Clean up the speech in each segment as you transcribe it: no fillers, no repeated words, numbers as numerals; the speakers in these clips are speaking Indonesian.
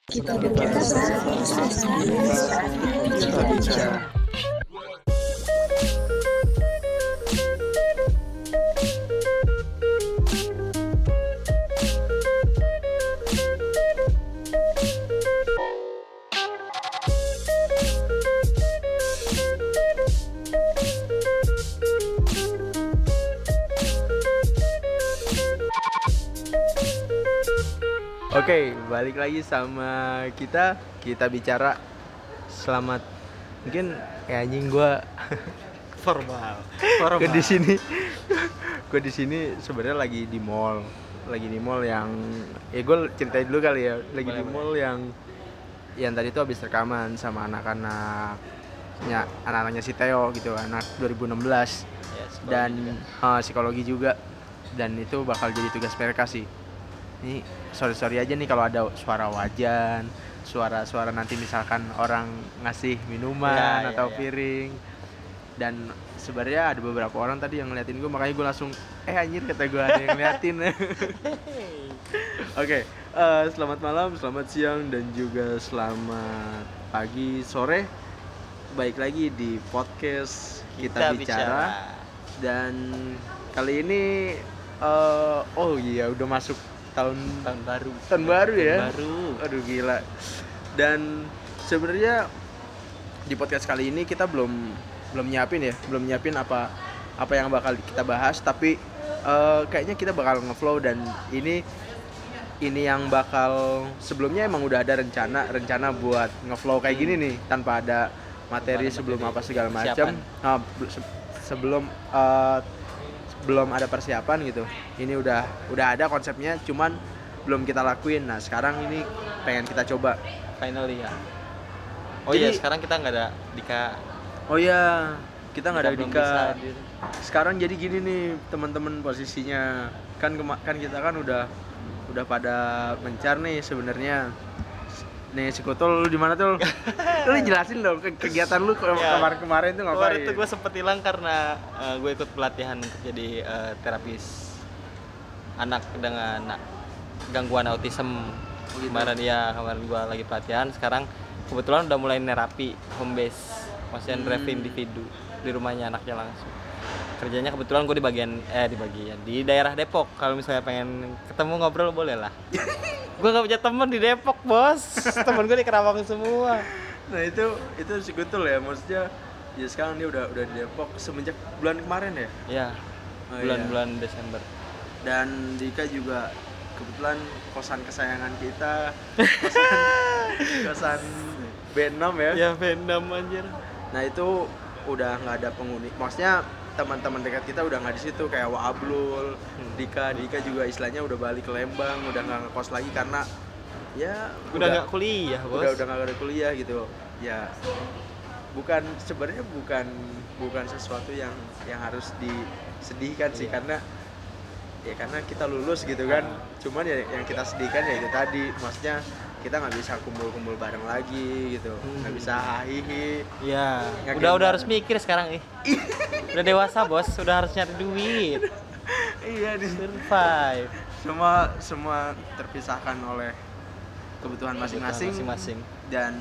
Kita berbahasa kita bicara. Oke, balik lagi sama kita bicara. Selamat. Mungkin anjing gua formal. Gue di sini sebenarnya lagi di mall yang gue ceritain dulu kali ya. Lagi di mall yang tadi tuh habis rekaman sama anak-anaknya si Theo gitu, anak 2016. Dan psikologi juga. Dan itu bakal jadi tugas PRK sih. Ini sorry aja nih kalau ada suara wajan, suara nanti misalkan orang ngasih minuman atau piring. Dan sebenarnya ada beberapa orang tadi yang ngeliatin gue, makanya gue langsung anjir, kata gue ada yang ngeliatin. Oke, selamat malam, selamat siang, dan juga selamat pagi, sore. Baik lagi di podcast kita bicara. Dan kali ini udah masuk tahun baru ya. Aduh gila. Dan sebenarnya di podcast kali ini kita belum nyiapin apa yang bakal kita bahas, tapi kayaknya kita bakal ngeflow. Dan ini yang bakal, sebelumnya emang udah ada rencana buat ngeflow kayak gini nih, tanpa ada materi sebelum apa segala macam. Belum ada persiapan gitu. Ini udah ada konsepnya, cuman belum kita lakuin. Nah sekarang ini pengen kita coba finally ya. Sekarang kita nggak ada Dika. Kita nggak ada Dika. Sekarang jadi gini nih teman-teman, posisinya kan kita kan udah pada mencar nih sebenarnya. Nih si Kutul, lu di mana tuh? Lu jelasin dong kegiatan lu kemarin tuh ngapain? Kemarin itu gue sempet hilang karena gue ikut pelatihan untuk jadi terapis anak dengan gangguan autism. Kemarin gue lagi pelatihan. Sekarang kebetulan udah mulai nerapi home base, maksudnya drive individu di rumahnya anaknya langsung. Kerjanya kebetulan gue di daerah Depok. Kalau misalnya pengen ketemu ngobrol boleh lah. Gue gak punya temen di Depok, bos. Temen gue di Kerawang semua. Nah itu si Gutul ya, maksudnya ya sekarang dia udah di Depok semenjak bulan kemarin ya? Iya, bulan Desember. Dan Dika juga kebetulan kosan kesayangan kita, kosan B6 ya? Iya, B6 anjir. Nah itu udah gak ada penghuni, maksudnya teman-teman dekat kita udah nggak di situ, kayak Ablul, Dika juga istilahnya udah balik ke Lembang, udah nggak ngekos lagi karena ya udah nggak kuliah, bos. Udah nggak ada kuliah gitu ya. Sebenarnya bukan sesuatu yang harus disedihkan sih, karena kita lulus gitu kan. Cuman ya yang kita sedihkan ya itu tadi, maksudnya kita nggak bisa kumpul bareng lagi gitu, nggak bisa hahihi. Iya. Udah harus mikir sekarang udah dewasa, bos, udah harus nyari duit. Iya, di survive. Semua terpisahkan oleh kebutuhan masing-masing. Dan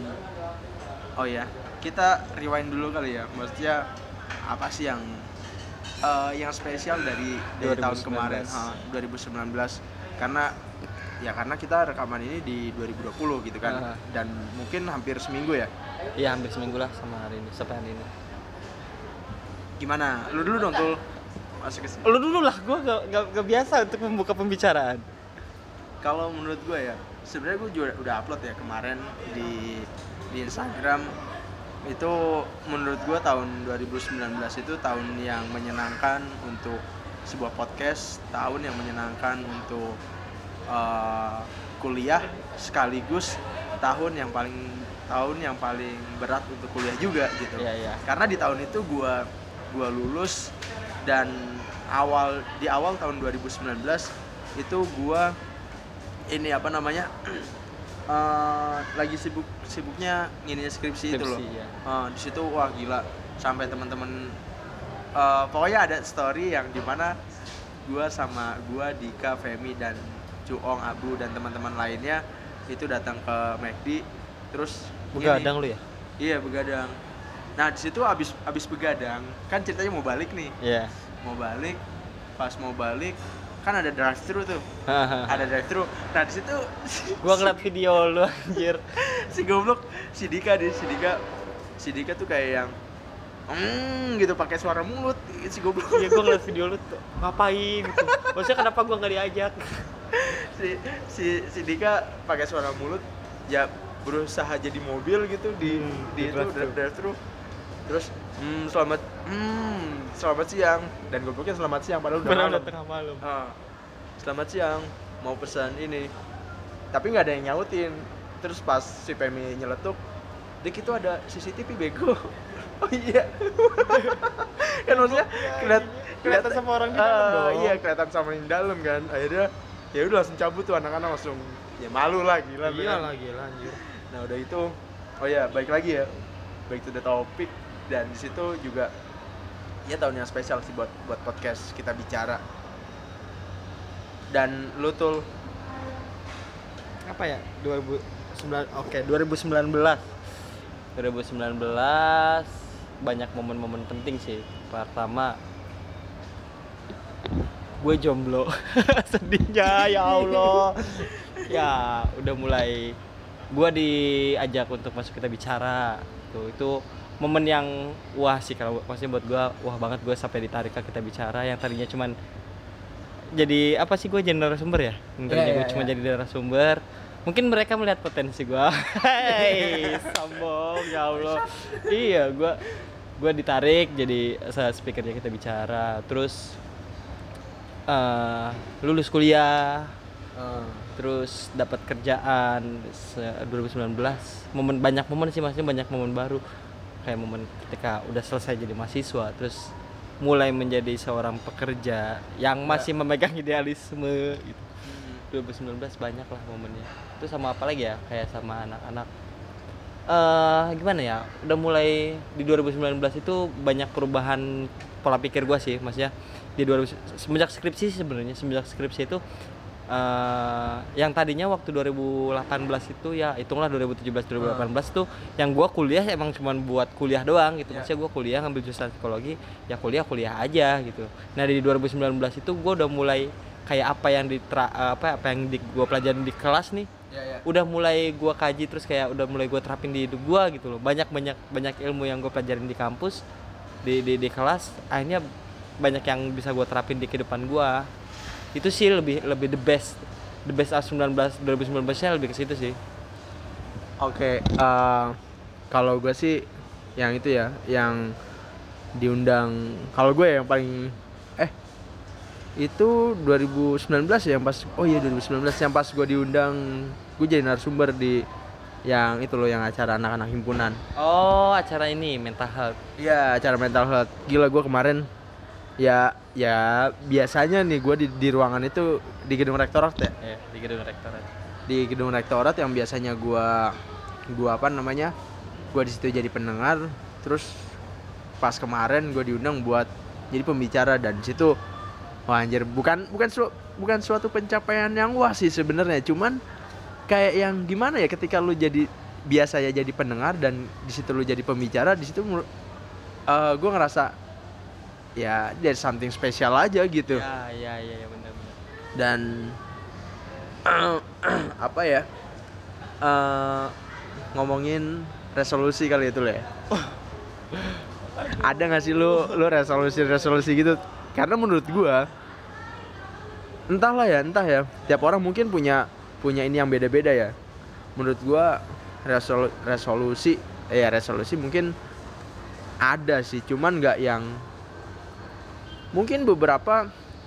kita rewind dulu kali ya, maksudnya apa sih yang spesial dari tahun kemarin 2019, karena kita rekaman ini di 2020 gitu kan. Dan mungkin hampir seminggu ya? Iya, hampir seminggu lah sampai hari ini. Gimana? Lu dulu dong tuh. Masuk ke sini. Lu dulu lah, gue gak biasa untuk membuka pembicaraan. Kalau menurut gue ya, sebenarnya gue juga udah upload ya kemarin di Instagram. Itu menurut gue tahun 2019 itu tahun yang menyenangkan untuk sebuah podcast, tahun yang menyenangkan untuk kuliah, sekaligus tahun yang paling berat untuk kuliah juga gitu. Iya. Karena di tahun itu gua lulus, dan di awal tahun 2019 itu gua lagi sibuknya ngini skripsi itu loh. Ya. Di situ wah gila, sampai teman-teman pokoknya ada story yang dimana gua, Dika, Femi, dan Cuong, Abu, dan teman-teman lainnya itu datang ke McD terus Begadang lu ya? Iya, begadang. Nah, di situ abis begadang, kan ceritanya mau balik nih. Iya. Mau balik, pas mau balik kan ada drive thru tuh. Ada drive thru. Nah, di situ Gua ngeliat video lu anjir. si goblok, si Dika tuh kayak yang gitu pakai suara mulut si goblok. Iya, gua ngeliat video lu tuh ngapain gitu. Maksudnya kenapa gua enggak diajak? si Dika pakai suara mulut ya berusaha jadi mobil gitu di itu drive thru. Terus selamat siang, dan gobloknya selamat siang padahal udah tengah malam. Selamat siang, mau pesan ini, tapi nggak ada yang nyautin. Terus pas si Pemi nyeletuk, Dik itu ada CCTV bego. Oh iya. Kan maksudnya kelihatan sama orang di dalam dong. Iya, kelihatan sama orang di dalam kan. Akhirnya ya udah langsung cabut tuh anak-anak, langsung ya malu lah, gila. Iya gila anjir. Nah udah itu, oh ya baik lagi ya, baik to the topic, dan di situ juga ya tahun yang spesial sih buat podcast kita bicara. Dan lu tuh Apa ya? 2019 banyak momen-momen penting sih. Pertama, gue jomblo. Sedihnya ya Allah. Ya udah mulai gue diajak untuk masuk kita bicara tuh. Itu momen yang wah sih, kalau maksudnya buat gue wah banget. Gue sampai ditarik ke kita bicara yang tadinya cuman jadi apa sih, gue jadi narasumber ya. Tadinya gue cuma jadi narasumber. Mungkin mereka melihat potensi gue. Hei, sombong ya Allah. Iya, gue ditarik jadi speakernya kita bicara. Terus lulus kuliah, terus dapat kerjaan 2019. Banyak momen sih, maksudnya banyak momen baru. Kayak momen ketika udah selesai jadi mahasiswa, terus mulai menjadi seorang pekerja yang masih memegang idealisme gitu. 2019 banyak lah momennya. Itu sama apa lagi ya, kayak sama anak-anak gimana ya, udah mulai di 2019 itu banyak perubahan pola pikir gue sih, maksudnya di semenjak skripsi itu yang tadinya waktu 2018 itu ya hitunglah 2017-2018 tuh yang gue kuliah emang cuma buat kuliah doang gitu. Maksudnya gue kuliah ngambil jurusan psikologi, ya kuliah aja gitu. Nah di 2019 itu gue udah mulai kayak apa yang gue pelajarin di kelas nih, udah mulai gue kaji, terus kayak udah mulai gue terapin di hidup gue gitu loh. Banyak ilmu yang gue pelajarin di kampus, di kelas, akhirnya banyak yang bisa gue terapin di kehidupan gue. Itu sih lebih the best 2019 nya lebih ke situ sih. Oke, kalau gue sih yang itu ya, yang diundang. Kalau gue yang paling itu 2019 ya, yang pas 2019 yang pas gue diundang, gue jadi narasumber di yang itu loh, yang acara anak-anak himpunan. Oh, acara ini mental health. Iya, acara mental health. Gila, gue kemarin ya biasanya nih gue di ruangan itu di gedung rektorat ya. Iya, di gedung rektorat. Di gedung rektorat yang biasanya gue di situ jadi pendengar, terus pas kemarin gue diundang buat jadi pembicara, dan di situ wah anjir, bukan suatu pencapaian yang wah sih sebenarnya, cuman kayak yang gimana ya, ketika lu jadi biasa ya jadi pendengar dan di situ lu jadi pembicara, di situ gue ngerasa ya there's something spesial aja gitu. Ya benar. Dan apa ya, ngomongin resolusi kali itu lah ya. Ada nggak sih lu resolusi gitu? Karena menurut gua entah ya, tiap orang mungkin punya ini yang beda-beda ya. Menurut gua resolusi mungkin ada sih, cuman nggak yang, mungkin beberapa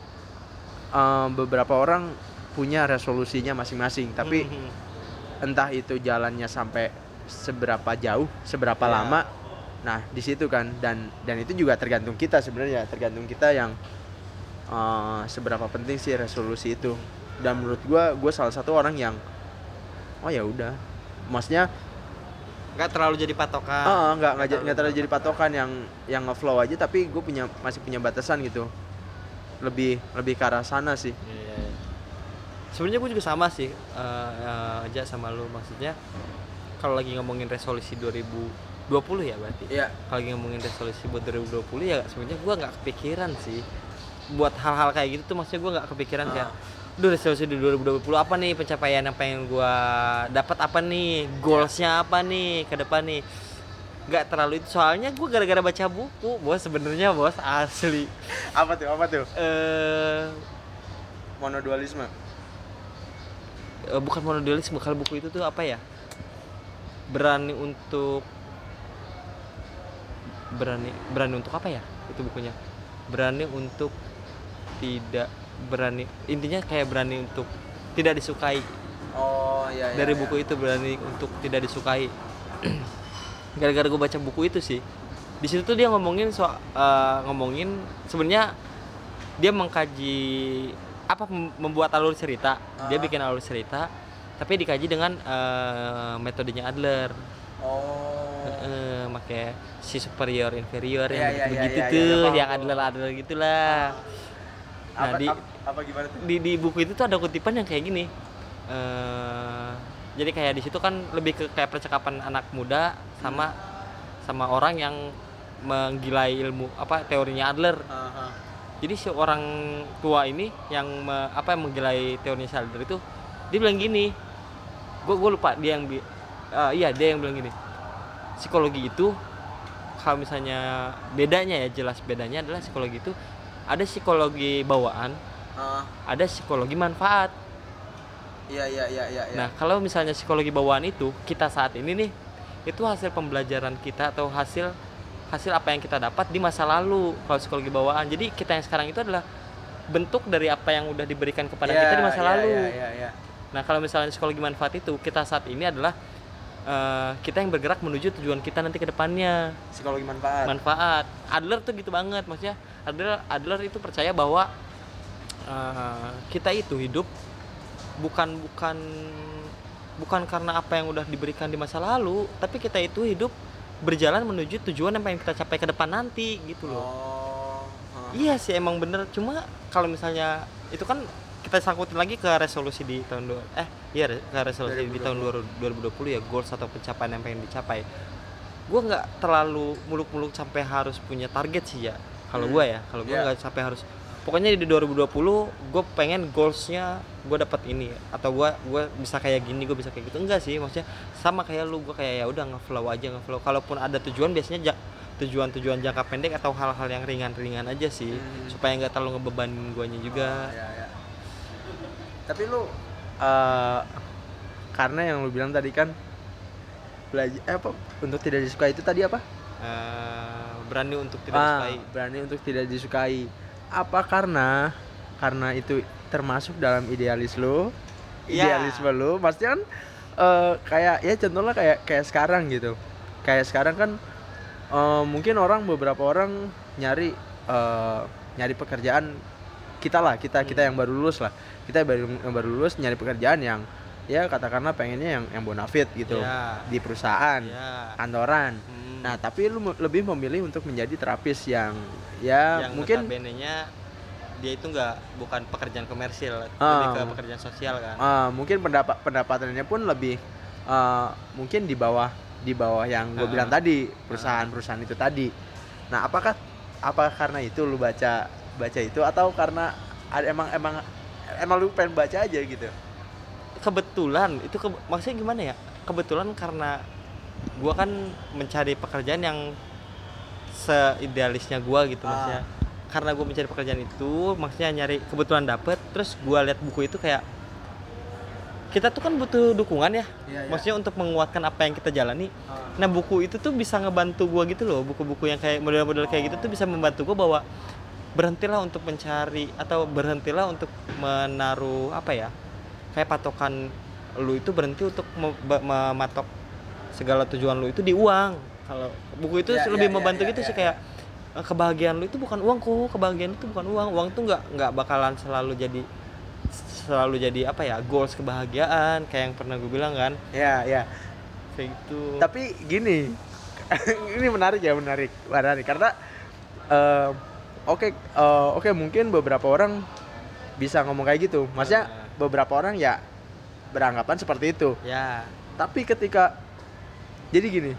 orang punya resolusinya masing-masing, tapi entah itu jalannya sampai seberapa jauh, seberapa lama. Nah di situ kan, dan itu juga tergantung kita sebenarnya, yang seberapa penting sih resolusi itu. Dan menurut gue salah satu orang yang ya udah, maksudnya nggak terlalu jadi patokan. Nggak terlalu jadi patokan, yang ngeflow aja, tapi gue masih punya batasan gitu, lebih ke arah sana sih. Iya. sebenarnya gue juga sama sih aja sama lu, maksudnya kalau lagi ngomongin resolusi 2020 ya berarti. Iya. Kalau lagi ngomongin resolusi buat 2020 ya sebenarnya gue nggak kepikiran sih buat hal-hal kayak gitu tuh, maksudnya gue nggak kepikiran kayak duh resolusi di 2020 apa nih pencapaian yang pengen gue dapat, apa nih goalsnya, apa nih ke depan nih. Nggak terlalu itu, soalnya gue gara-gara baca buku bos, sebenarnya bos, asli. Apa tuh? Monodualisme. Bukan monodualisme, kalau buku itu tuh apa ya, berani untuk apa ya itu bukunya, berani untuk tidak berani, intinya kayak berani untuk tidak disukai. Oh iya. Dari buku itu, berani untuk tidak disukai. Gara-gara gue baca buku itu sih, di situ tuh dia ngomongin ngomongin sebenarnya dia mengkaji apa, membuat alur cerita. Dia bikin alur cerita tapi dikaji dengan metodenya Adler. Pakai si superior inferior yang begitu tuh, yang Adler gitulah. Nah, apa gimana tuh? Di buku itu tuh ada kutipan yang kayak gini. Jadi kayak di situ kan lebih ke kayak percakapan anak muda sama orang yang menggilai ilmu apa teorinya Adler. Jadi si orang tua ini yang menggilai teorinya Adler itu, dia bilang gini, gue lupa dia yang dia yang bilang gini, psikologi itu kalau misalnya bedanya ya, jelas bedanya adalah psikologi itu ada psikologi bawaan, ada psikologi manfaat. Iya. Nah, kalau misalnya psikologi bawaan itu kita saat ini nih, itu hasil pembelajaran kita atau hasil apa yang kita dapat di masa lalu. Kalau psikologi bawaan, jadi kita yang sekarang itu adalah bentuk dari apa yang udah diberikan kepada kita di masa lalu. Nah, kalau misalnya psikologi manfaat itu, kita saat ini adalah kita yang bergerak menuju tujuan kita nanti ke depannya. Psikologi manfaat. Adler tuh gitu banget, maksudnya Adler itu percaya bahwa kita itu hidup bukan karena apa yang udah diberikan di masa lalu, tapi kita itu hidup berjalan menuju tujuan yang pengen kita capai ke depan nanti gitu loh. Iya sih, emang bener. Cuma kalau misalnya itu kan kita sangkutin lagi ke resolusi di tahun resolusi 2020. Di tahun 2020 ya, goals atau pencapaian yang pengen dicapai. Gue nggak terlalu muluk-muluk sampai harus punya target sih ya. Kalau gue nggak sampai harus. Pokoknya di 2020 gue pengen goalsnya gue dapat ini, atau gue bisa kayak gini, gue bisa kayak gitu. Enggak sih, maksudnya sama kayak lu, gue kayak ya udah ngeflow. Kalaupun ada tujuan, biasanya tujuan jangka pendek atau hal-hal yang ringan aja sih, supaya nggak terlalu ngebebanin guanya juga. Tapi lu karena yang lu bilang tadi kan belajar untuk tidak disukai itu tadi apa? Berani untuk tidak disukai. Berani untuk tidak disukai. Apa karena itu termasuk dalam idealisme lu? Maksudnya kan kayak ya contohnya kayak sekarang gitu. Kayak sekarang kan mungkin beberapa orang nyari pekerjaan, kita yang baru lulus lah. Kita yang baru lulus nyari pekerjaan yang ya katakanlah pengennya yang bonafit gitu, di perusahaan, kantoran. Nah, tapi lu lebih memilih untuk menjadi terapis yang mungkin notabene-nya dia itu bukan pekerjaan komersil, lebih ke pekerjaan sosial kan. Mungkin pendapatannya pun lebih mungkin di bawah yang gue bilang tadi, perusahaan itu tadi. Nah, apakah karena itu lu baca itu, atau karena emang lu pengen baca aja gitu? Kebetulan itu maksudnya gimana ya? Kebetulan karena gue kan mencari pekerjaan yang seidealisnya gue gitu, maksudnya karena gue mencari pekerjaan itu, maksudnya nyari, kebetulan dapet. Terus gue lihat buku itu, kayak kita tuh kan butuh dukungan ya, maksudnya untuk menguatkan apa yang kita jalani. Nah, buku itu tuh bisa ngebantu gue gitu loh. Buku-buku yang kayak model-model kayak gitu tuh bisa membantu gue bahwa berhentilah untuk mencari, atau berhentilah untuk menaruh kayak patokan lu itu, berhenti untuk mematok segala tujuan lu itu di uang. Kalau buku itu lebih membantu gitu sih, kayak kebahagiaan lu itu bukan uang kok, kebahagiaan itu bukan uang tuh nggak bakalan selalu jadi goals kebahagiaan kayak yang pernah gue bilang kan. Iya kayak gitu. Tapi gini ini menarik karena oke, mungkin beberapa orang bisa ngomong kayak gitu, maksudnya beberapa orang ya beranggapan seperti itu. Ya. Tapi ketika jadi gini,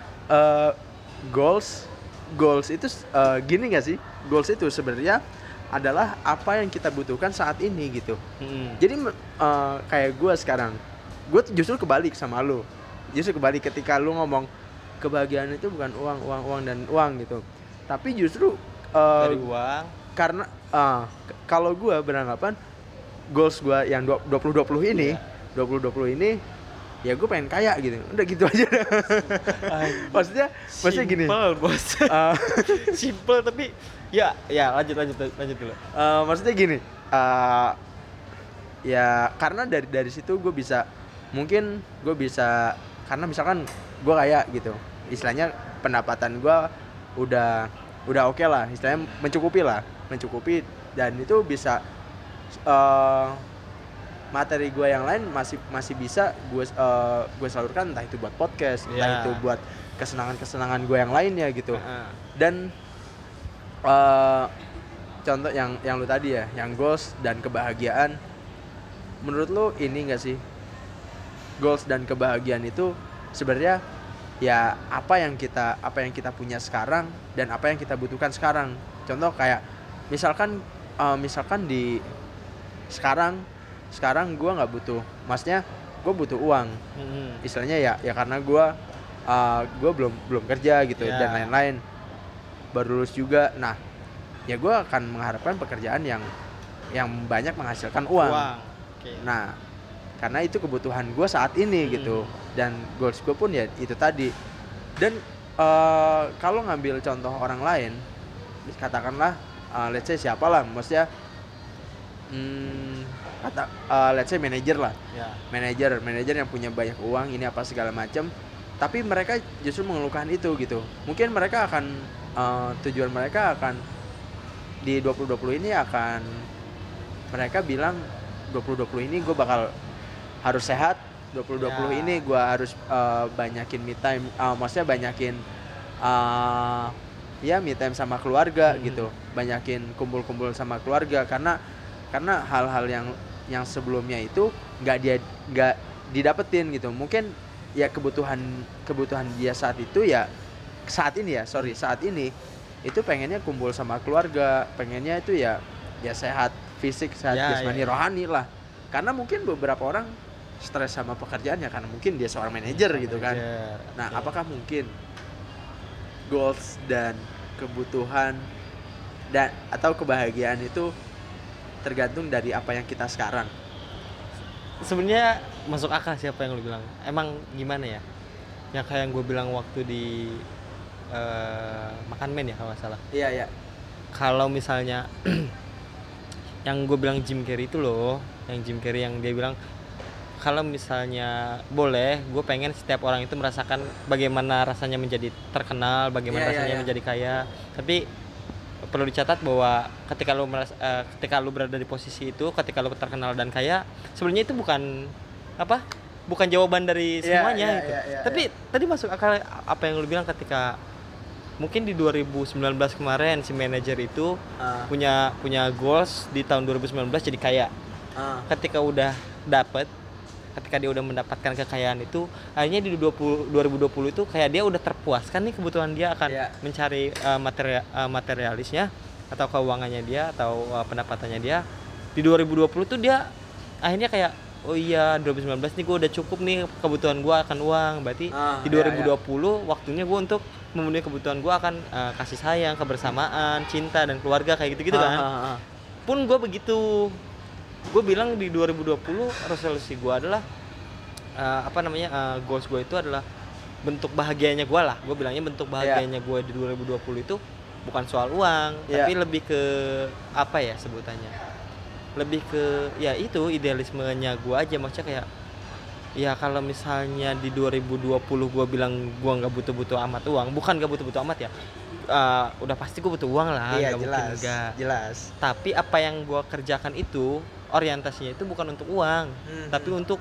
goals itu gini nggak sih? Goals itu sebenarnya adalah apa yang kita butuhkan saat ini gitu. Jadi kayak gue sekarang, gue justru kebalik sama lo. Justru kebalik ketika lu ngomong kebahagiaan itu bukan uang dan uang gitu. Tapi justru Dari uang. Karena kalau gue beranggapan goals gue yang 2020 ini, 2020 ini ya gue pengen kaya gitu. Udah gitu aja. maksudnya gini. Simple, Bos. Simple tapi ya lanjut dulu. Maksudnya gini. Ya karena dari situ gue bisa karena misalkan gue kaya gitu. Istilahnya pendapatan gue udah oke lah, istilahnya mencukupi dan itu bisa materi gue yang lain masih bisa gue salurkan, entah itu buat podcast, entah itu buat kesenangan gue yang lainnya gitu. Dan contoh yang lu tadi ya, yang goals dan kebahagiaan, menurut lu ini nggak sih, goals dan kebahagiaan itu sebenarnya ya apa yang kita punya sekarang dan apa yang kita butuhkan sekarang. Contoh kayak misalkan di sekarang gue nggak butuh, maksudnya gue butuh uang. Istilahnya ya karena gue belum kerja gitu dan lain-lain, baru lulus juga. Nah ya gue akan mengharapkan pekerjaan yang banyak menghasilkan uang. Okay. Nah karena itu kebutuhan gue saat ini gitu, dan goals gue pun ya itu tadi. Dan kalau ngambil contoh orang lain, katakanlah let's say siapa lah, maksudnya let's say manajer lah, manajer yang punya banyak uang ini apa segala macam, tapi mereka justru mengeluhkan itu gitu. Mungkin mereka akan tujuan mereka akan di 2020 ini akan mereka bilang 2020 ini gue bakal harus sehat, 2020 ini gue harus banyakin me time, maksudnya banyakin me time sama keluarga gitu, banyakin kumpul-kumpul sama keluarga, karena hal-hal yang sebelumnya itu nggak didapetin gitu. Mungkin ya kebutuhan dia saat ini itu pengennya kumpul sama keluarga, pengennya itu ya sehat fisik, sehat jasmani, rohani lah. Karena mungkin beberapa orang stres sama pekerjaannya karena mungkin dia seorang manajer gitu kan. Nah, apakah mungkin goals dan kebutuhan atau kebahagiaan itu tergantung dari apa yang kita sekarang? Sebenarnya masuk akal siapa yang lu bilang. Emang gimana ya? Yang kayak yang gue bilang waktu di Makan Men ya kalau nggak salah. Iya. Kalau misalnya yang gue bilang Jim Carrey itu loh, yang Jim Carrey yang dia bilang kalau misalnya boleh, gue pengen setiap orang itu merasakan bagaimana rasanya menjadi terkenal, bagaimana rasanya menjadi kaya. Tapi perlu dicatat bahwa ketika lu berada di posisi itu, ketika lu terkenal dan kaya, sebenarnya itu bukan jawaban dari semuanya gitu. Tapi tadi masuk akal apa yang lu bilang ketika mungkin di 2019 kemarin si manajer itu punya goals di tahun 2019 jadi kaya. Ketika dia udah mendapatkan kekayaan itu, akhirnya di 2020 itu kayak dia udah terpuaskan nih kebutuhan dia akan mencari materialisnya atau keuangannya dia atau pendapatannya dia. Di 2020 tuh dia akhirnya kayak oh iya 2019 nih gue udah cukup nih kebutuhan gue akan uang, berarti di 2020 waktunya gue untuk memenuhi kebutuhan gue akan kasih sayang, kebersamaan, cinta dan keluarga kayak gitu-gitu kan. Pun gue begitu. Gue bilang di 2020 resolusi gue adalah goals gue itu adalah bentuk bahagianya gue lah. Gue bilangnya bentuk bahagianya gue di 2020 itu bukan soal uang, tapi lebih ke apa ya sebutannya, lebih ke ya itu idealismenya gue aja. Maksudnya kayak ya kalau misalnya di 2020 gue bilang gue nggak butuh amat uang, bukan nggak butuh amat ya, udah pasti gue butuh uang lah, nggak mungkin enggak. Jelas. Tapi apa yang gue kerjakan itu orientasinya itu bukan untuk uang, tapi untuk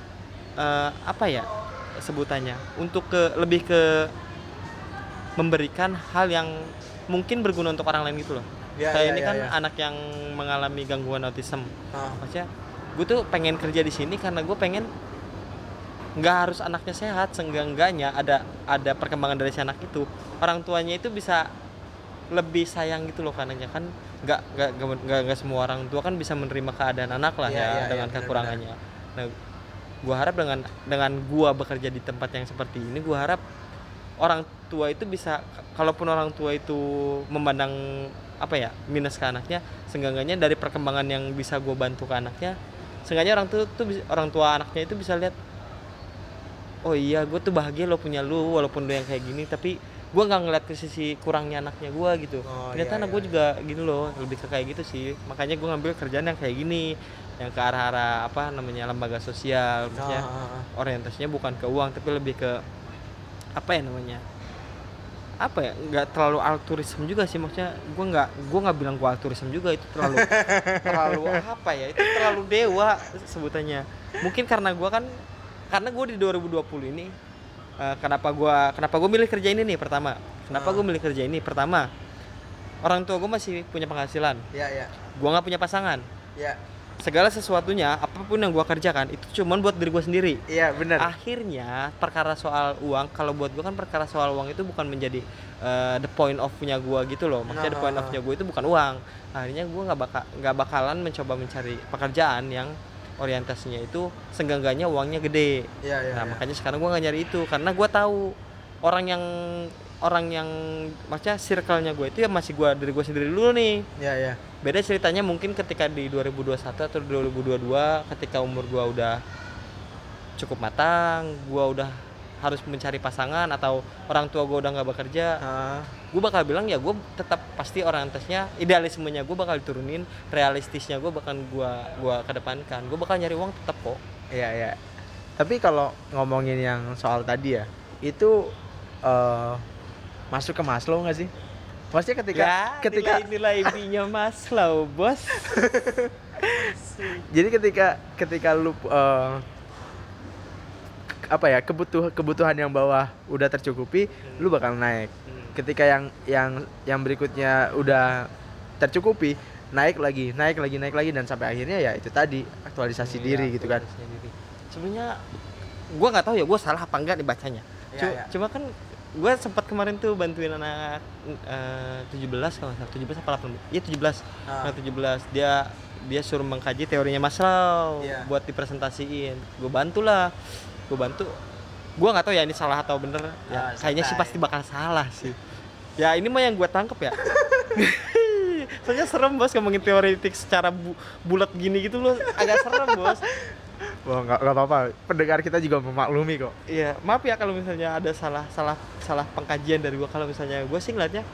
sebutannya, untuk lebih ke memberikan hal yang mungkin berguna untuk orang lain gitu loh. Kayak ini kan anak yang mengalami gangguan autism, maksudnya gue tuh pengen kerja di sini karena gue pengen nggak harus anaknya sehat, seenggak-enggaknya ada perkembangan dari si anak itu, orang tuanya itu bisa lebih sayang gitu loh, karena kan nggak semua orang tua kan bisa menerima keadaan anak lah dengan kekurangannya. Nah, gua harap dengan gua bekerja di tempat yang seperti ini, gua harap orang tua itu bisa, kalaupun orang tua itu memandang minus ke anaknya, seenggak-enggaknya dari perkembangan yang bisa gua bantu ke anaknya, seenggaknya orang tua anaknya itu bisa lihat, oh iya gue tuh bahagia lo punya lu, walaupun lo yang kayak gini, tapi gue nggak ngeliat ke sisi kurangnya anaknya gue gitu. Ternyata anak gue juga gini loh, lebih ke kayak gitu sih. Makanya gue ngambil kerjaan yang kayak gini, yang ke arah-arah lembaga sosial, maksudnya orientasinya bukan ke uang, tapi lebih ke nggak terlalu altruism juga sih, maksudnya gue nggak bilang gue altruism juga, itu terlalu itu terlalu dewa sebutannya. Mungkin karena gue di 2020 ini, kenapa gue milih kerja ini nih pertama. Gue milih kerja ini pertama, orang tua gue masih punya penghasilan. Gue nggak punya pasangan. Segala sesuatunya, apapun yang gue kerjakan itu cuma buat diri gue sendiri. Iya, benar. Akhirnya perkara soal uang, kalau buat gue kan perkara soal uang itu bukan menjadi the point of-nya gue gitu loh. Maksudnya the point of-nya gue itu bukan uang. Akhirnya gue nggak bakalan mencoba mencari pekerjaan yang orientasinya itu senggangganya uangnya gede. Makanya sekarang gue nggak nyari itu, karena gue tahu orang yang maksudnya circle-nya gue itu ya masih diri gue sendiri dulu nih. Beda ceritanya mungkin ketika di 2021 atau 2022, ketika umur gue udah cukup matang, gue udah harus mencari pasangan atau orang tua gue udah nggak bekerja, gue bakal bilang ya gue tetap pasti orientasinya, idealismenya gue bakal diturunin, realistisnya gue bakal gue kedepankan, gue bakal nyari uang tetap kok. Iya. Tapi kalau ngomongin yang soal tadi ya, itu masuk ke Maslow nggak sih? Maksudnya ketika nilai B-nya Maslow, bos. Jadi ketika lu kebutuhan yang bawah udah tercukupi, lu bakal naik. Ketika yang berikutnya udah tercukupi, naik lagi dan sampai akhirnya ya itu tadi aktualisasi diri gitu kan. Sebenarnya gue nggak tahu ya gue salah apa enggak nih bacanya. Cuma kan gue sempat kemarin tuh bantuin anak 17 kalau nggak salah, 17 apa 18? Iya 17. Anak 17 dia suruh mengkaji teorinya Maslow buat dipresentasiin. Gue bantu. Gue nggak tahu ya ini salah atau bener. Ya kayaknya sih pasti bakal salah sih. Ya ini mah yang gue tangkep ya. Soalnya serem bos ngomongin teoretik secara bulat gini gitu loh, agak serem bos. Wah, nggak apa-apa, pendengar kita juga memaklumi kok. Iya, maaf ya kalau misalnya ada salah pengkajian dari gua. Kalau misalnya gua sih ngeliatnya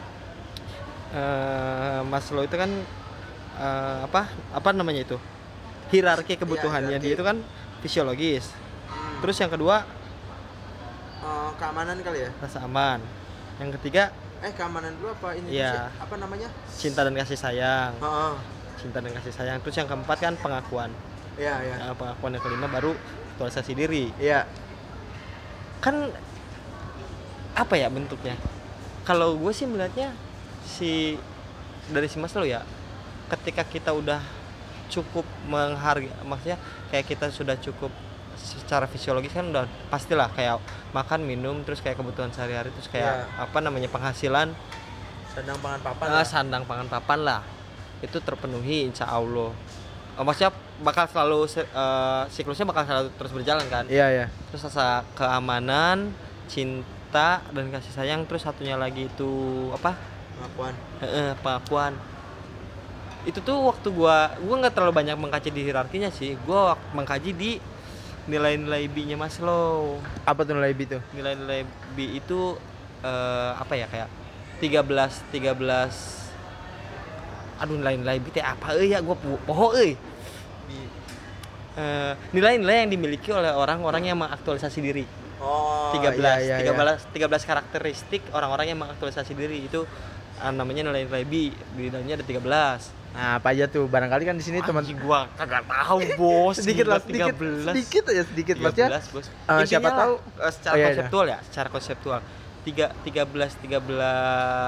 Maslow itu kan apa namanya itu, hierarki kebutuhannya. Dia itu kan fisiologis. Terus yang kedua keamanan kali ya, rasa aman. Yang ketiga keamanan dulu apa ini? Iya, apa namanya, cinta dan kasih sayang. Cinta dan kasih sayang. Terus yang keempat kan pengakuan. Iya. Pengakuan yang kelima baru aktualisasi diri. Iya. Kan apa ya bentuknya? Kalau gue sih melihatnya dari si Maslow ya, ketika kita udah cukup menghargai, maksudnya kayak kita sudah cukup secara fisiologis kan udah pastilah kayak makan, minum, terus kayak kebutuhan sehari-hari, terus kayak penghasilan, sandang pangan papan lah, itu terpenuhi insya Allah. Maksudnya bakal selalu siklusnya bakal selalu terus berjalan kan. Iya. Terus rasa keamanan, cinta dan kasih sayang, terus satunya lagi itu apa? Pengakuan. Itu tuh waktu gua nggak terlalu banyak mengkaji di hierarkinya sih. Gua mengkaji di nilai-nilai B-nya Maslow. Apa tuh nilai B itu? Nilai-nilai B itu kayak 13. Aduh, nilai-nilai B teh apa ya, gua poho euy. Nilai-nilai yang dimiliki oleh orang-orang yang mengaktualisasi diri. 13 karakteristik orang-orang yang mengaktualisasi diri itu namanya nilai-nilai B. Di dalamnya ada 13. Nah, apa aja tuh? Barangkali kan di sini teman gua kagak tahu, bos. sedikit maksudnya. Siapa tahu secara konseptual 13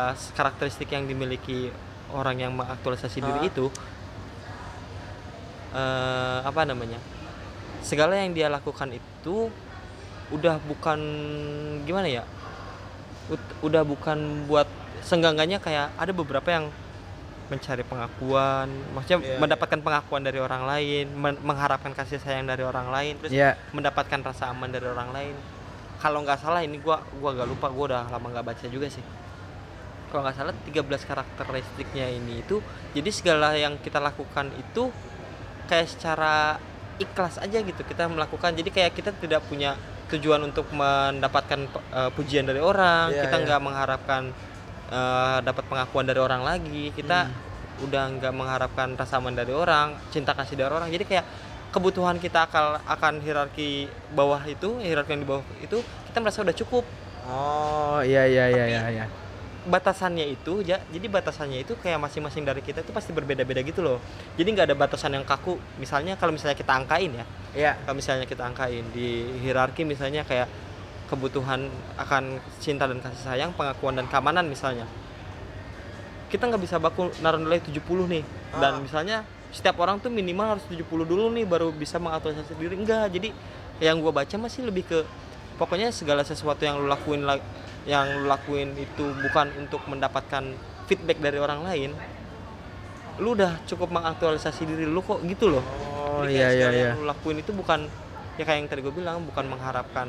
karakteristik yang dimiliki orang yang mengaktualisasi diri itu apa namanya, segala yang dia lakukan itu udah bukan gimana ya, udah bukan buat senggangannya. Kayak ada beberapa yang mencari pengakuan, maksudnya mendapatkan pengakuan dari orang lain, mengharapkan kasih sayang dari orang lain, terus mendapatkan rasa aman dari orang lain. Kalau nggak salah ini gua agak lupa, gua udah lama nggak baca juga sih. Kalau nggak salah 13 karakteristiknya ini itu, jadi segala yang kita lakukan itu kayak secara ikhlas aja gitu kita melakukan. Jadi kayak kita tidak punya tujuan untuk mendapatkan pujian dari orang, kita nggak mengharapkan dapat pengakuan dari orang lagi, kita udah nggak mengharapkan rasa aman dari orang, cinta kasih dari orang. Jadi kayak kebutuhan kita akan hierarki bawah itu, hierarki yang di bawah itu kita merasa udah cukup. Oh iya. Batasannya itu jadi batasannya itu kayak masing-masing dari kita itu pasti berbeda-beda gitu loh. Jadi nggak ada batasan yang kaku. Misalnya kalau misalnya kita angkain ya, kalau misalnya kita angkain di hierarki, misalnya kayak kebutuhan akan cinta dan kasih sayang, pengakuan dan keamanan misalnya, kita nggak bisa baku naruh nilai 70 nih. Dan misalnya setiap orang tuh minimal harus 70 dulu nih baru bisa mengaktualisasi diri. Enggak. Jadi yang gue baca masih lebih ke pokoknya segala sesuatu yang lu lakuin itu bukan untuk mendapatkan feedback dari orang lain, lu udah cukup mengaktualisasi diri lu kok gitu loh. Jadi yang lu lakuin itu bukan ya kayak yang tadi gue bilang, bukan mengharapkan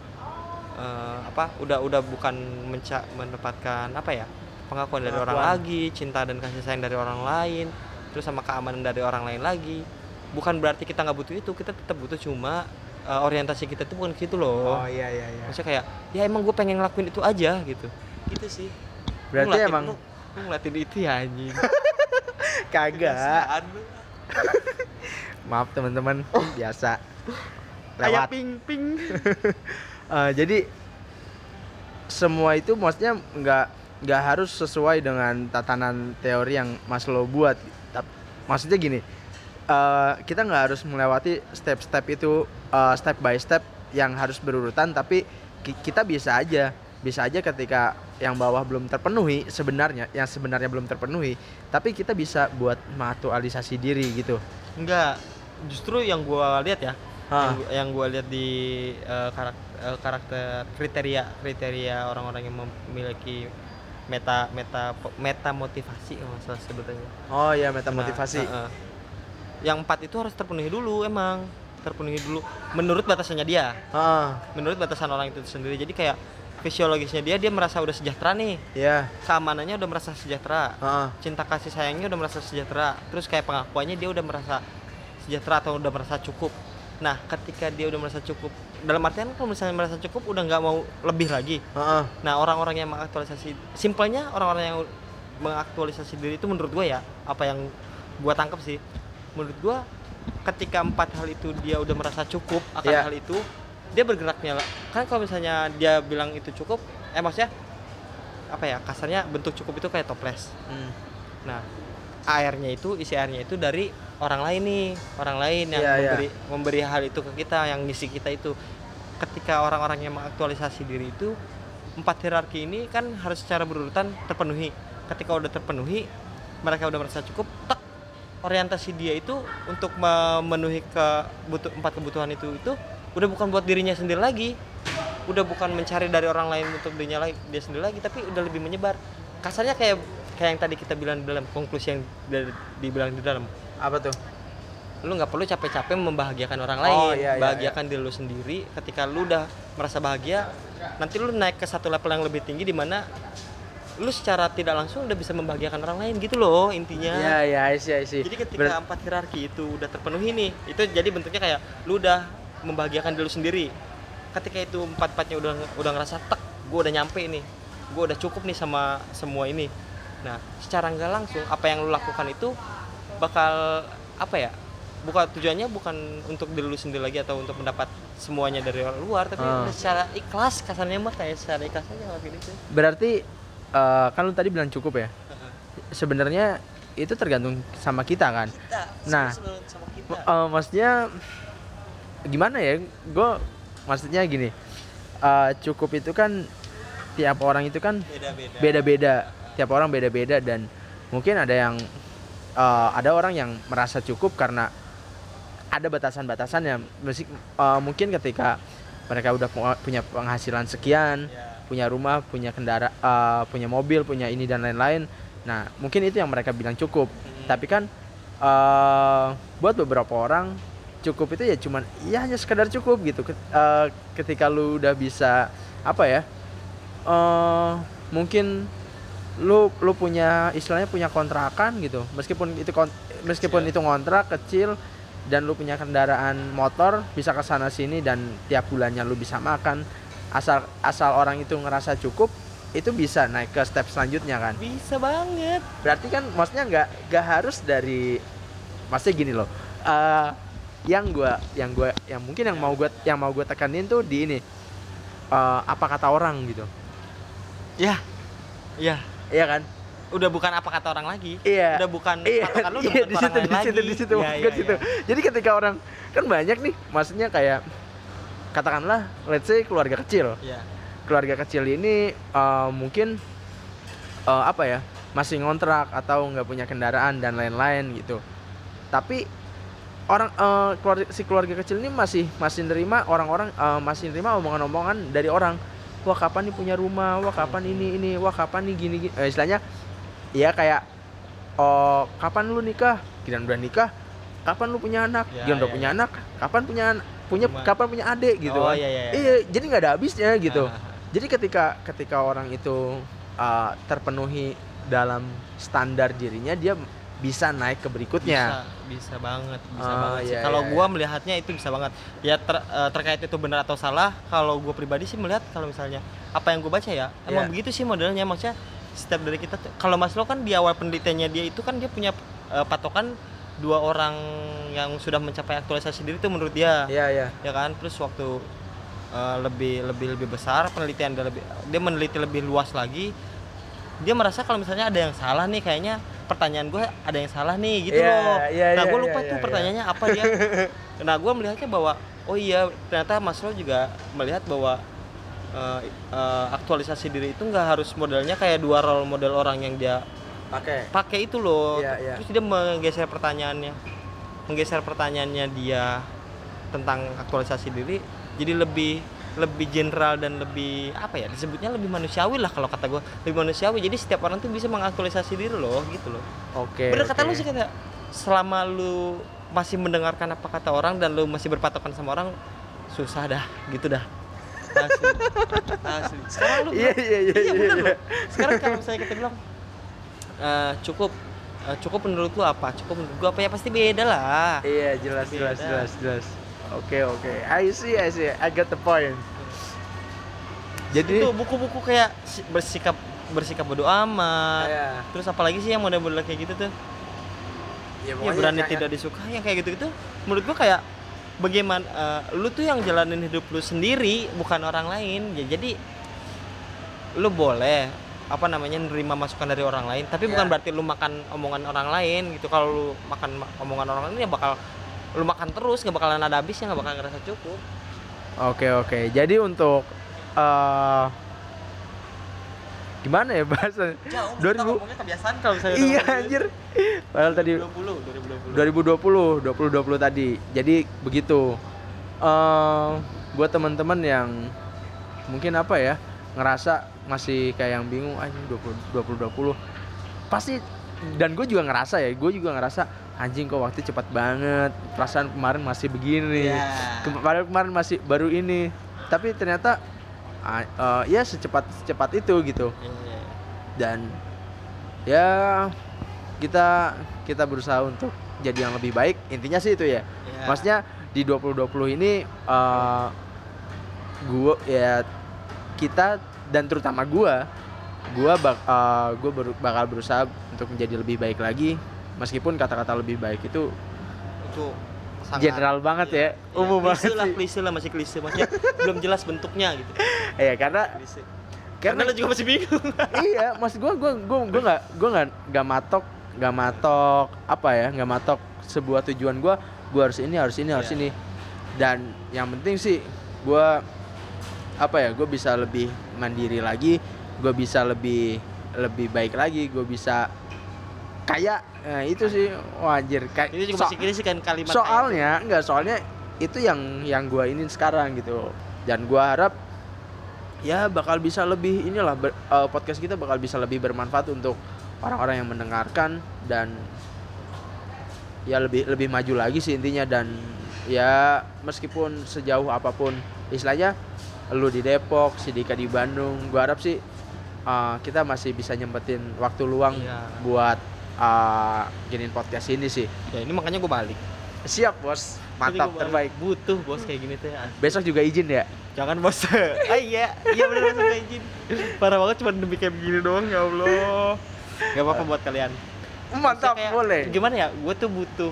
udah bukan mendapatkan pengakuan dari orang lagi, cinta dan kasih sayang dari orang lain, terus sama keamanan dari orang lain lagi. Bukan berarti kita nggak butuh itu, kita tetap butuh, cuma orientasi kita tuh bukan gitu loh. Iya. Maksudnya kayak ya emang gue pengen ngelakuin itu aja gitu sih. Berarti emang lu ngeliatin itu ya anjing. Kagak. Maaf teman-teman, biasa Kayak lewat. ping. Jadi semua itu maksudnya nggak harus sesuai dengan tatanan teori yang Maslow buat. Maksudnya gini, kita nggak harus melewati step-step itu step by step yang harus berurutan, tapi kita bisa aja ketika yang bawah belum terpenuhi, yang sebenarnya belum terpenuhi, tapi kita bisa buat mengaktualisasi diri gitu. Enggak, justru yang gue lihat ya, yang gue lihat di karakter kriteria orang-orang yang memiliki meta motivasi, masalah sebutannya. Oh iya, meta motivasi. Yang 4 itu harus terpenuhi dulu menurut batasannya dia. Menurut batasan orang itu sendiri. Jadi kayak fisiologisnya dia merasa udah sejahtera nih. Keamanannya udah merasa sejahtera. Cinta kasih sayangnya udah merasa sejahtera. Terus kayak pengakuannya dia udah merasa sejahtera atau udah merasa cukup. Nah, ketika dia udah merasa cukup, dalam artian kalau misalnya merasa cukup udah nggak mau lebih lagi. Nah, orang-orang yang mengaktualisasi, simpelnya orang-orang yang mengaktualisasi diri itu menurut gue ya, apa yang gue tangkap sih, menurut gue ketika 4 hal itu dia udah merasa cukup akan hal itu, dia bergeraknya. Kan kalau misalnya dia bilang itu cukup, maksudnya kasarnya bentuk cukup itu kayak toples. Nah, isi airnya itu dari orang lain yang memberi hal itu ke kita, yang ngisi kita itu. Ketika orang-orang yang mengaktualisasi diri itu, 4 hierarki ini kan harus secara berurutan terpenuhi. Ketika udah terpenuhi, mereka udah merasa cukup, orientasi dia itu untuk memenuhi 4 kebutuhan itu udah bukan buat dirinya sendiri lagi, udah bukan mencari dari orang lain untuk dia sendiri lagi, tapi udah lebih menyebar. Kasarnya kayak yang tadi kita bilang di dalam konklusi yang dibilang di dalam, apa tuh? Lu nggak perlu capek-capek membahagiakan orang lain, bahagiakan diri lu sendiri. Ketika lu udah merasa bahagia, nanti lu naik ke satu level yang lebih tinggi, di mana lu secara tidak langsung udah bisa membahagiakan orang lain gitu loh intinya. I see. Jadi ketika 4 hierarki itu udah terpenuhi nih, itu jadi bentuknya kayak lu udah membahagiakan diri lu sendiri. Ketika itu 4-4-nya udah ngerasa gue udah nyampe nih, gue udah cukup nih sama semua ini. Nah, secara nggak langsung apa yang lu lakukan itu bakal bukan tujuannya bukan untuk diri lu sendiri lagi atau untuk mendapat semuanya dari orang luar, tapi secara ikhlas, kasarnya mah kayak secara ikhlas aja gitu. Berarti kan lu tadi bilang cukup ya. Sebenarnya itu tergantung sama kita kan. Nah, sama kita. Maksudnya gimana ya? Maksudnya gini. Cukup itu kan tiap orang itu kan beda-beda. Tiap orang beda-beda, dan mungkin ada orang yang merasa cukup karena ada batasan-batasannya. Mungkin ketika mereka udah punya penghasilan sekian, punya rumah, punya punya mobil, punya ini dan lain-lain. Nah, mungkin itu yang mereka bilang cukup. Tapi kan buat beberapa orang cukup itu ya cuman ya hanya sekedar cukup gitu. Ketika lu udah bisa apa ya? Mungkin lu punya istilahnya punya kontrakan gitu. Meskipun itu kontrak kecil dan lu punya kendaraan motor bisa ke sana sini dan tiap bulannya lu bisa makan. Asal orang itu ngerasa cukup, itu bisa naik ke step selanjutnya kan. Bisa banget. Berarti kan maksudnya nggak harus dari, maksudnya gini loh. Yang mungkin yang mau gue tekanin tuh di ini, apa kata orang gitu. Iya kan? Udah bukan apa kata orang lagi. Iya. Udah bukan patokan lu udah bukan orang lain lagi. Di situ. Jadi ketika orang kan banyak nih, maksudnya kayak katakanlah let's say keluarga kecil. Iya. Keluarga kecil ini mungkin masih ngontrak atau nggak punya kendaraan dan lain-lain gitu. Tapi keluarga kecil ini masih nerima masih nerima omongan-omongan dari orang. Wah, kapan nih punya rumah? Wah, kapan ini? Wah, kapan nih gini. Istilahnya ya kayak kapan lu nikah? Kirain udah nikah. Kapan lu punya anak? Kirain udah punya anak. Kapan punya adik gitu kan. Iya, jadi enggak ada habisnya gitu. Jadi ketika orang itu terpenuhi dalam standar dirinya, dia bisa naik ke berikutnya. Bisa banget Iya, kalau iya, gua melihatnya itu bisa banget ya. Terkait itu benar atau salah, kalau gua pribadi sih melihat kalau misalnya apa yang gua baca ya emang begitu sih modelnya. Maksudnya setiap dari kita kalau Mas Lo kan di awal penelitiannya dia itu kan dia punya patokan 2 orang yang sudah mencapai aktualisasi diri itu menurut dia. Iya. Ya kan, terus waktu lebih besar penelitian dia meneliti lebih luas lagi, dia merasa kalau misalnya ada yang salah nih, kayaknya pertanyaan gue ada yang salah nih gitu loh. Nah, gue lupa tuh pertanyaannya apa dia. Nah, gue melihatnya bahwa oh iya, ternyata Mas Lo juga melihat bahwa aktualisasi diri itu nggak harus modelnya kayak 2 role model orang yang dia pakai itu loh. Terus dia menggeser pertanyaannya dia tentang aktualisasi diri jadi lebih general dan lebih apa ya, disebutnya lebih manusiawi lah kalau kata gue, lebih manusiawi. Jadi setiap orang tuh bisa mengaktualisasi diri loh gitu loh. Bener kata lu sih, kata selama lu masih mendengarkan apa kata orang dan lu masih berpatokan sama orang, susah dah gitu dah. Asli. Sekarang lu iya bener loh. Sekarang kalau misalnya kita bilang cukup menurut lu apa? Cukup menurut gua apa ya, pasti beda lah. Iya, jelas. Oke. I see. I got the point. Jadi itu buku-buku kayak bersikap bodo amat. Terus apalagi sih yang model-model kayak gitu tuh? Ya berani tidak disukai, yang kayak gitu-gitu. Menurut gua kayak bagaimana lu tuh yang jalanin hidup lu sendiri, bukan orang lain. Ya, jadi lu boleh nerima masukan dari orang lain, tapi bukan berarti lu makan omongan orang lain gitu. Kalau lu makan omongan orang lain ya bakal lu makan terus, gak bakalan ada habisnya, gak bakalan ngerasa cukup. Oke. Jadi untuk gimana ya bahasa? 2020 kebiasaan kalau misalnya. Iya anjir. Padahal tadi 2020 tadi. Jadi begitu. Buat teman-teman yang mungkin ngerasa masih kayak yang bingung, anjing 2020 pasti, dan gue juga ngerasa anjing kok waktu cepat banget, perasaan kemarin masih begini, kemarin masih baru ini, tapi ternyata ya secepat itu gitu. Dan ya kita berusaha untuk jadi yang lebih baik, intinya sih itu ya. Maksudnya di 2020 ini kita dan terutama gue bakal berusaha untuk menjadi lebih baik lagi, meskipun kata-kata lebih baik itu sangat general banget ya, umum banget sih. Klise lah, masih klise, maksudnya belum jelas bentuknya gitu. Iya, karena lu juga masih bingung. Iya, maksud gue nggak matok sebuah tujuan gue harus ini. Dan yang penting sih gue bisa lebih mandiri lagi, gue bisa lebih baik lagi, gue bisa kayak itu sih wajir kayak Ini juga masih gini sih kan kalimat soalnya itu yang gua inin sekarang gitu, dan gua harap ya bakal bisa lebih inilah podcast kita bakal bisa lebih bermanfaat untuk orang-orang yang mendengarkan, dan ya lebih maju lagi sih intinya. Dan ya meskipun sejauh apapun istilahnya lu di Depok, si Dika di Bandung, gua harap sih kita masih bisa nyempetin waktu luang buat giniin podcast ini sih. Ya ini makanya gue balik. Siap bos, mantap, terbaik. Butuh bos kayak gini tuh. Besok juga izin ya? Jangan bos. Iya benar besok kayak izin. Parah banget cuma demi kayak begini doang, ya Allah. Gak apa-apa buat kalian. Mantap, kayak, boleh. Gimana ya? Gue tuh butuh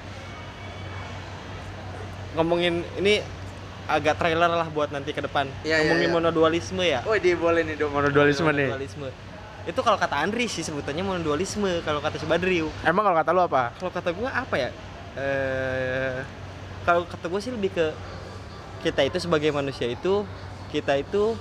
ngomongin ini agak trailer lah buat nanti ke depan. Ngomongin monodualisme ya. Oh, dia boleh nih monodualisme nih. Itu kalau kata Andri sih sebutannya monodualisme, kalau kata si Badriu. Emang kalau kata lu apa? Kalau kata gue apa ya? Kalau kata gue sih lebih ke kita itu sebagai manusia itu, kita itu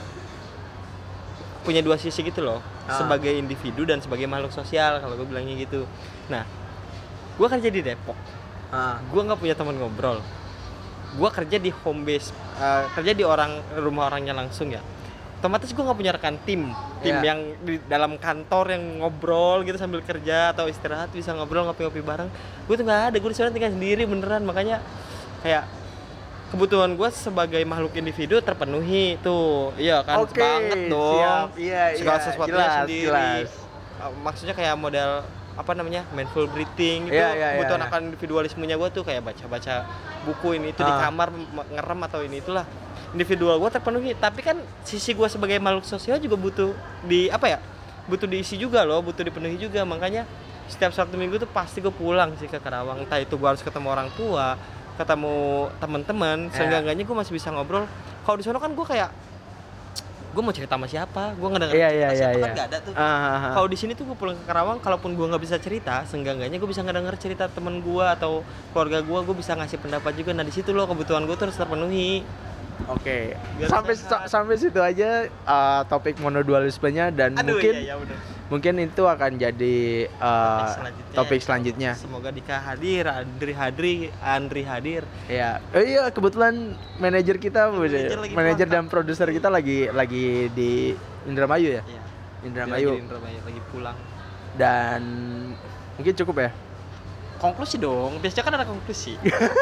punya dua sisi gitu loh. Sebagai individu dan sebagai makhluk sosial, kalau gue bilangnya gitu. Nah, gue kerja di Depok. Gue nggak punya teman ngobrol. Gue kerja di home base, kerja di rumah orangnya langsung ya. Otomatis gue nggak punya rekan tim yang di dalam kantor yang ngobrol gitu sambil kerja atau istirahat bisa ngobrol ngopi-ngopi bareng. Gue tuh nggak ada, gue di sana tinggal sendiri beneran. Makanya kayak kebutuhan gue sebagai makhluk individu terpenuhi tuh, iya kan? Banget dong. Siap. Iya, segala sesuatunya jelas, sendiri. Jelas. Maksudnya kayak model apa namanya, mindful breathing itu kebutuhan akan individualismenya gue tuh kayak baca buku ini itu di kamar ngerem atau ini itulah. Individual gue terpenuhi, tapi kan sisi gue sebagai makhluk sosial juga butuh butuh diisi juga loh, butuh dipenuhi juga. Makanya setiap Sabtu Minggu tuh pasti gue pulang sih ke Karawang, entah itu gue harus ketemu orang tua, ketemu teman-teman, seenggaknya gue masih bisa ngobrol. Kalau di sana kan gue kayak gue mau cerita sama siapa, gue nggak dengar cerita siapa kan nggak ada tuh. Kalau di sini tuh gue pulang ke Karawang, kalaupun gue nggak bisa cerita, seenggaknya gue bisa ngedenger cerita teman gue atau keluarga gue bisa ngasih pendapat juga. Nah di situ loh kebutuhan gue terus terpenuhi. Oke. Sampai situ aja topik monodualismenya, dan mungkin itu akan jadi topik selanjutnya. Semoga Dika hadir, Andri hadir. Ya. Iya, kebetulan manajer kita, manajer dan produser kita lagi di Indramayu ya. Iya. Indramayu lagi pulang. Dan mungkin cukup ya. Konklusi dong, biasanya kan ada konklusi.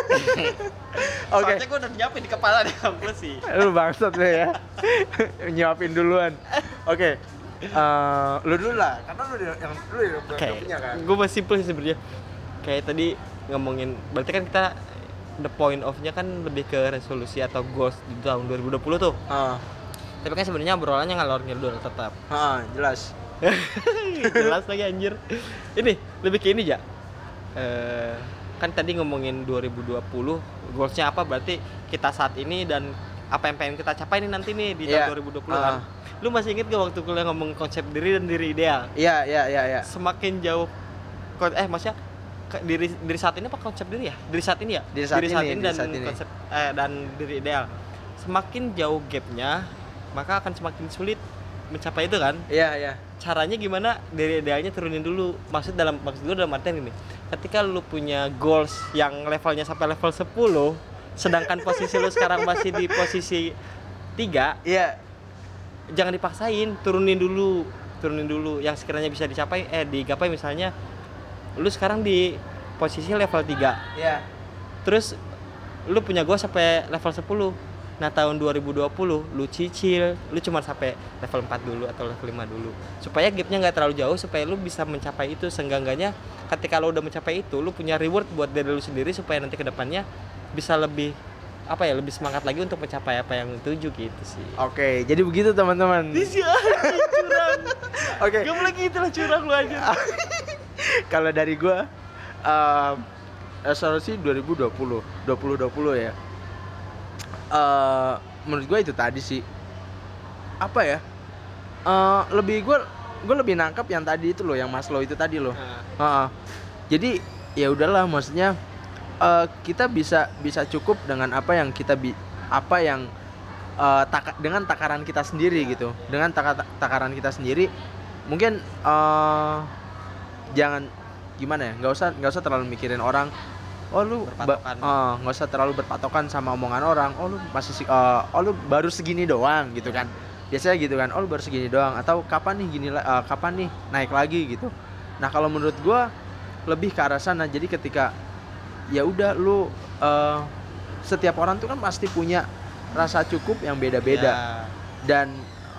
Oke. Soalnya gue udah nyiapin di kepala ada konklusi. Lu bangsat ya. Nyiapin duluan. Oke. Lu dulu lah, karena lu yang punya kan. Gue masih simple sih sebenarnya. Kayak tadi ngomongin, berarti kan kita the point of-nya kan lebih ke resolusi atau goals di tahun 2020 tuh. Tapi kan sebenarnya obrolannya ngalor ngidul tetap. Jelas. Jelas lagi anjir. Ini lebih ke ini ya. Kan tadi ngomongin 2020 goalsnya apa, berarti kita saat ini dan apa yang pengen kita capai nih nanti nih di tahun 2020 kan. Lu masih inget gak waktu kuliah ngomong konsep diri dan diri ideal? Iya. Semakin jauh maksudnya diri saat ini apa konsep diri ya? Diri saat ini ya? Diri saat ini dan konsep dan diri ideal. Semakin jauh gapnya, maka akan semakin sulit mencapai itu kan? Iya. Caranya gimana? Diri idealnya turunin dulu. Maksud gue dalam artian ini. Ketika lu punya goals yang levelnya sampai level 10, sedangkan posisi lu sekarang masih di posisi 3, jangan dipaksain, turunin dulu yang sekiranya bisa digapai. Misalnya lu sekarang di posisi level 3. Terus lu punya goal sampai level 10. Nah tahun 2020 lu cicil, lu cuma sampai level 4 dulu atau level 5 dulu, supaya gapnya nggak terlalu jauh, supaya lu bisa mencapai itu. Seenggaknya ketika lu udah mencapai itu, lu punya reward buat diri lu sendiri, supaya nanti kedepannya bisa lebih lebih semangat lagi untuk mencapai apa yang lu tuju gitu sih. Oke, jadi begitu teman-teman. Curang. Oke. Gak lagi itulah curang lu aja. Kalau dari gua resolusi 2020 ya. Menurut gue itu tadi sih lebih gue lebih nangkap yang tadi itu loh, yang Maslow itu tadi loh. Jadi ya udahlah, maksudnya kita bisa cukup dengan apa yang dengan takaran kita sendiri gitu. Dengan takaran kita sendiri mungkin jangan gimana ya, nggak usah terlalu mikirin orang. Oh lu nggak usah terlalu berpatokan sama omongan orang. Oh lu oh lu baru segini doang gitu kan. Biasanya gitu kan. Oh lu baru segini doang, atau kapan nih kapan nih naik lagi gitu. Nah kalau menurut gue lebih ke arah sana. Jadi ketika ya udah lu setiap orang tuh kan pasti punya rasa cukup yang beda-beda. Dan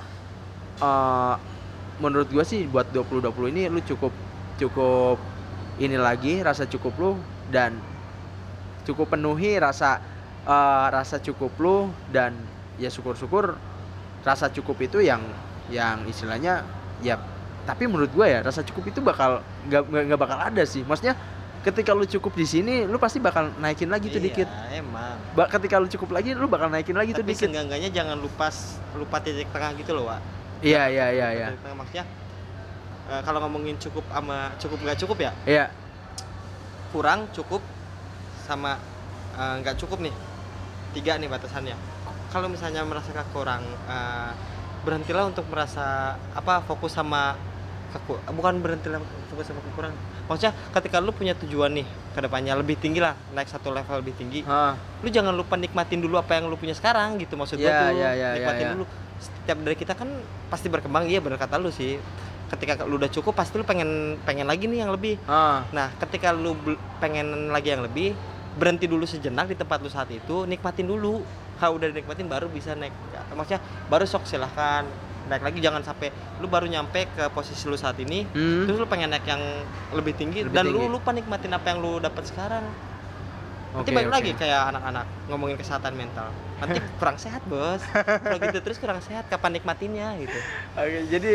menurut gue sih buat 2020 ini lu cukup ini lagi rasa cukup lu, dan cukup penuhi rasa cukup lu, dan ya syukur-syukur rasa cukup itu yang istilahnya ya. Tapi menurut gue ya rasa cukup itu bakal nggak bakal ada sih. Maksudnya ketika lu cukup di sini, lu pasti bakal naikin lagi tuh dikit. Emang. Ketika lu cukup lagi, lu bakal naikin lagi tuh dikit. Tapi seenggaknya jangan lupa titik tengah gitu loh, Wak. Iya. Titik tengah maksudnya kalau ngomongin cukup sama cukup nggak cukup ya? Iya. Kurang, cukup, sama nggak cukup nih. 3 nih batasannya. Kalau misalnya merasa kurang, berhentilah untuk merasa fokus sama bukan berhentilah fokus sama kekurangan. Maksudnya ketika lu punya tujuan nih ke depannya lebih tinggi lah, naik satu level lebih tinggi. Lu jangan lupa nikmatin dulu apa yang lu punya sekarang gitu, maksud gua tuh. Nikmatin dulu. Setiap dari kita kan pasti berkembang, iya benar kata lu sih. Ketika lu udah cukup pasti lu pengen lagi nih yang lebih. Nah, ketika lu pengen lagi yang lebih, berhenti dulu sejenak di tempat lu saat itu, nikmatin dulu. Kalau udah nikmatin baru bisa naik. Maksudnya baru sok silahkan naik lagi. Jangan sampai lu baru nyampe ke posisi lu saat ini, terus lu pengen naik yang lebih tinggi dan lu lupa nikmatin apa yang lu dapat sekarang. Nanti balik lagi kayak anak-anak ngomongin kesehatan mental. Nanti kurang sehat, Bos. Kalau gitu terus kurang sehat, kapan nikmatinnya gitu. Oke, jadi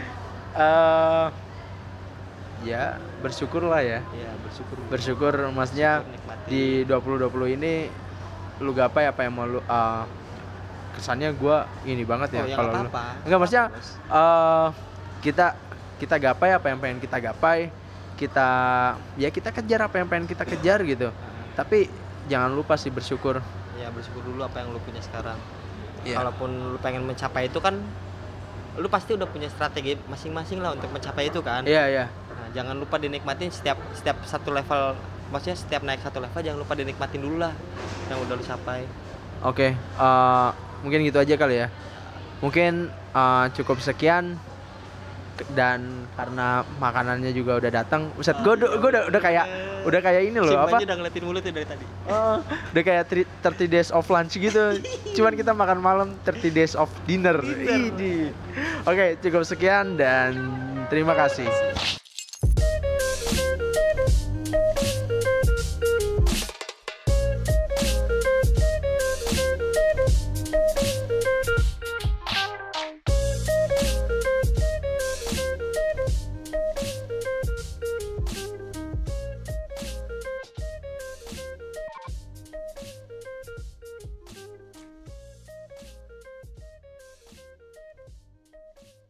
ya bersyukur lah ya. Iya, Bersyukur maksudnya di 2020 ini lu gapai apa yang mau lu kesannya gue ini banget ya kalau lu enggak, maksudnya kita gapai apa yang pengen kita gapai, kita kejar apa yang pengen kita kejar gitu. Tapi jangan lupa sih bersyukur. Ya, bersyukur dulu apa yang lu punya sekarang. Yeah. Kalaupun lu pengen mencapai itu kan lu pasti udah punya strategi masing-masing lah untuk mencapai itu kan. Iya. Nah, jangan lupa dinikmatin setiap satu level. Maksudnya setiap naik satu level jangan lupa dinikmatin dulu lah yang udah lu capai. Oke, mungkin gitu aja kali ya. Mungkin cukup sekian, dan karena makanannya juga udah datang. Buset, gue udah kayak ini loh, apa? Udah ngeliatin mulutnya dari tadi. Udah kayak 30 days of lunch gitu. Cuman kita makan malam 30 days of dinner. Oke, cukup sekian dan terima kasih.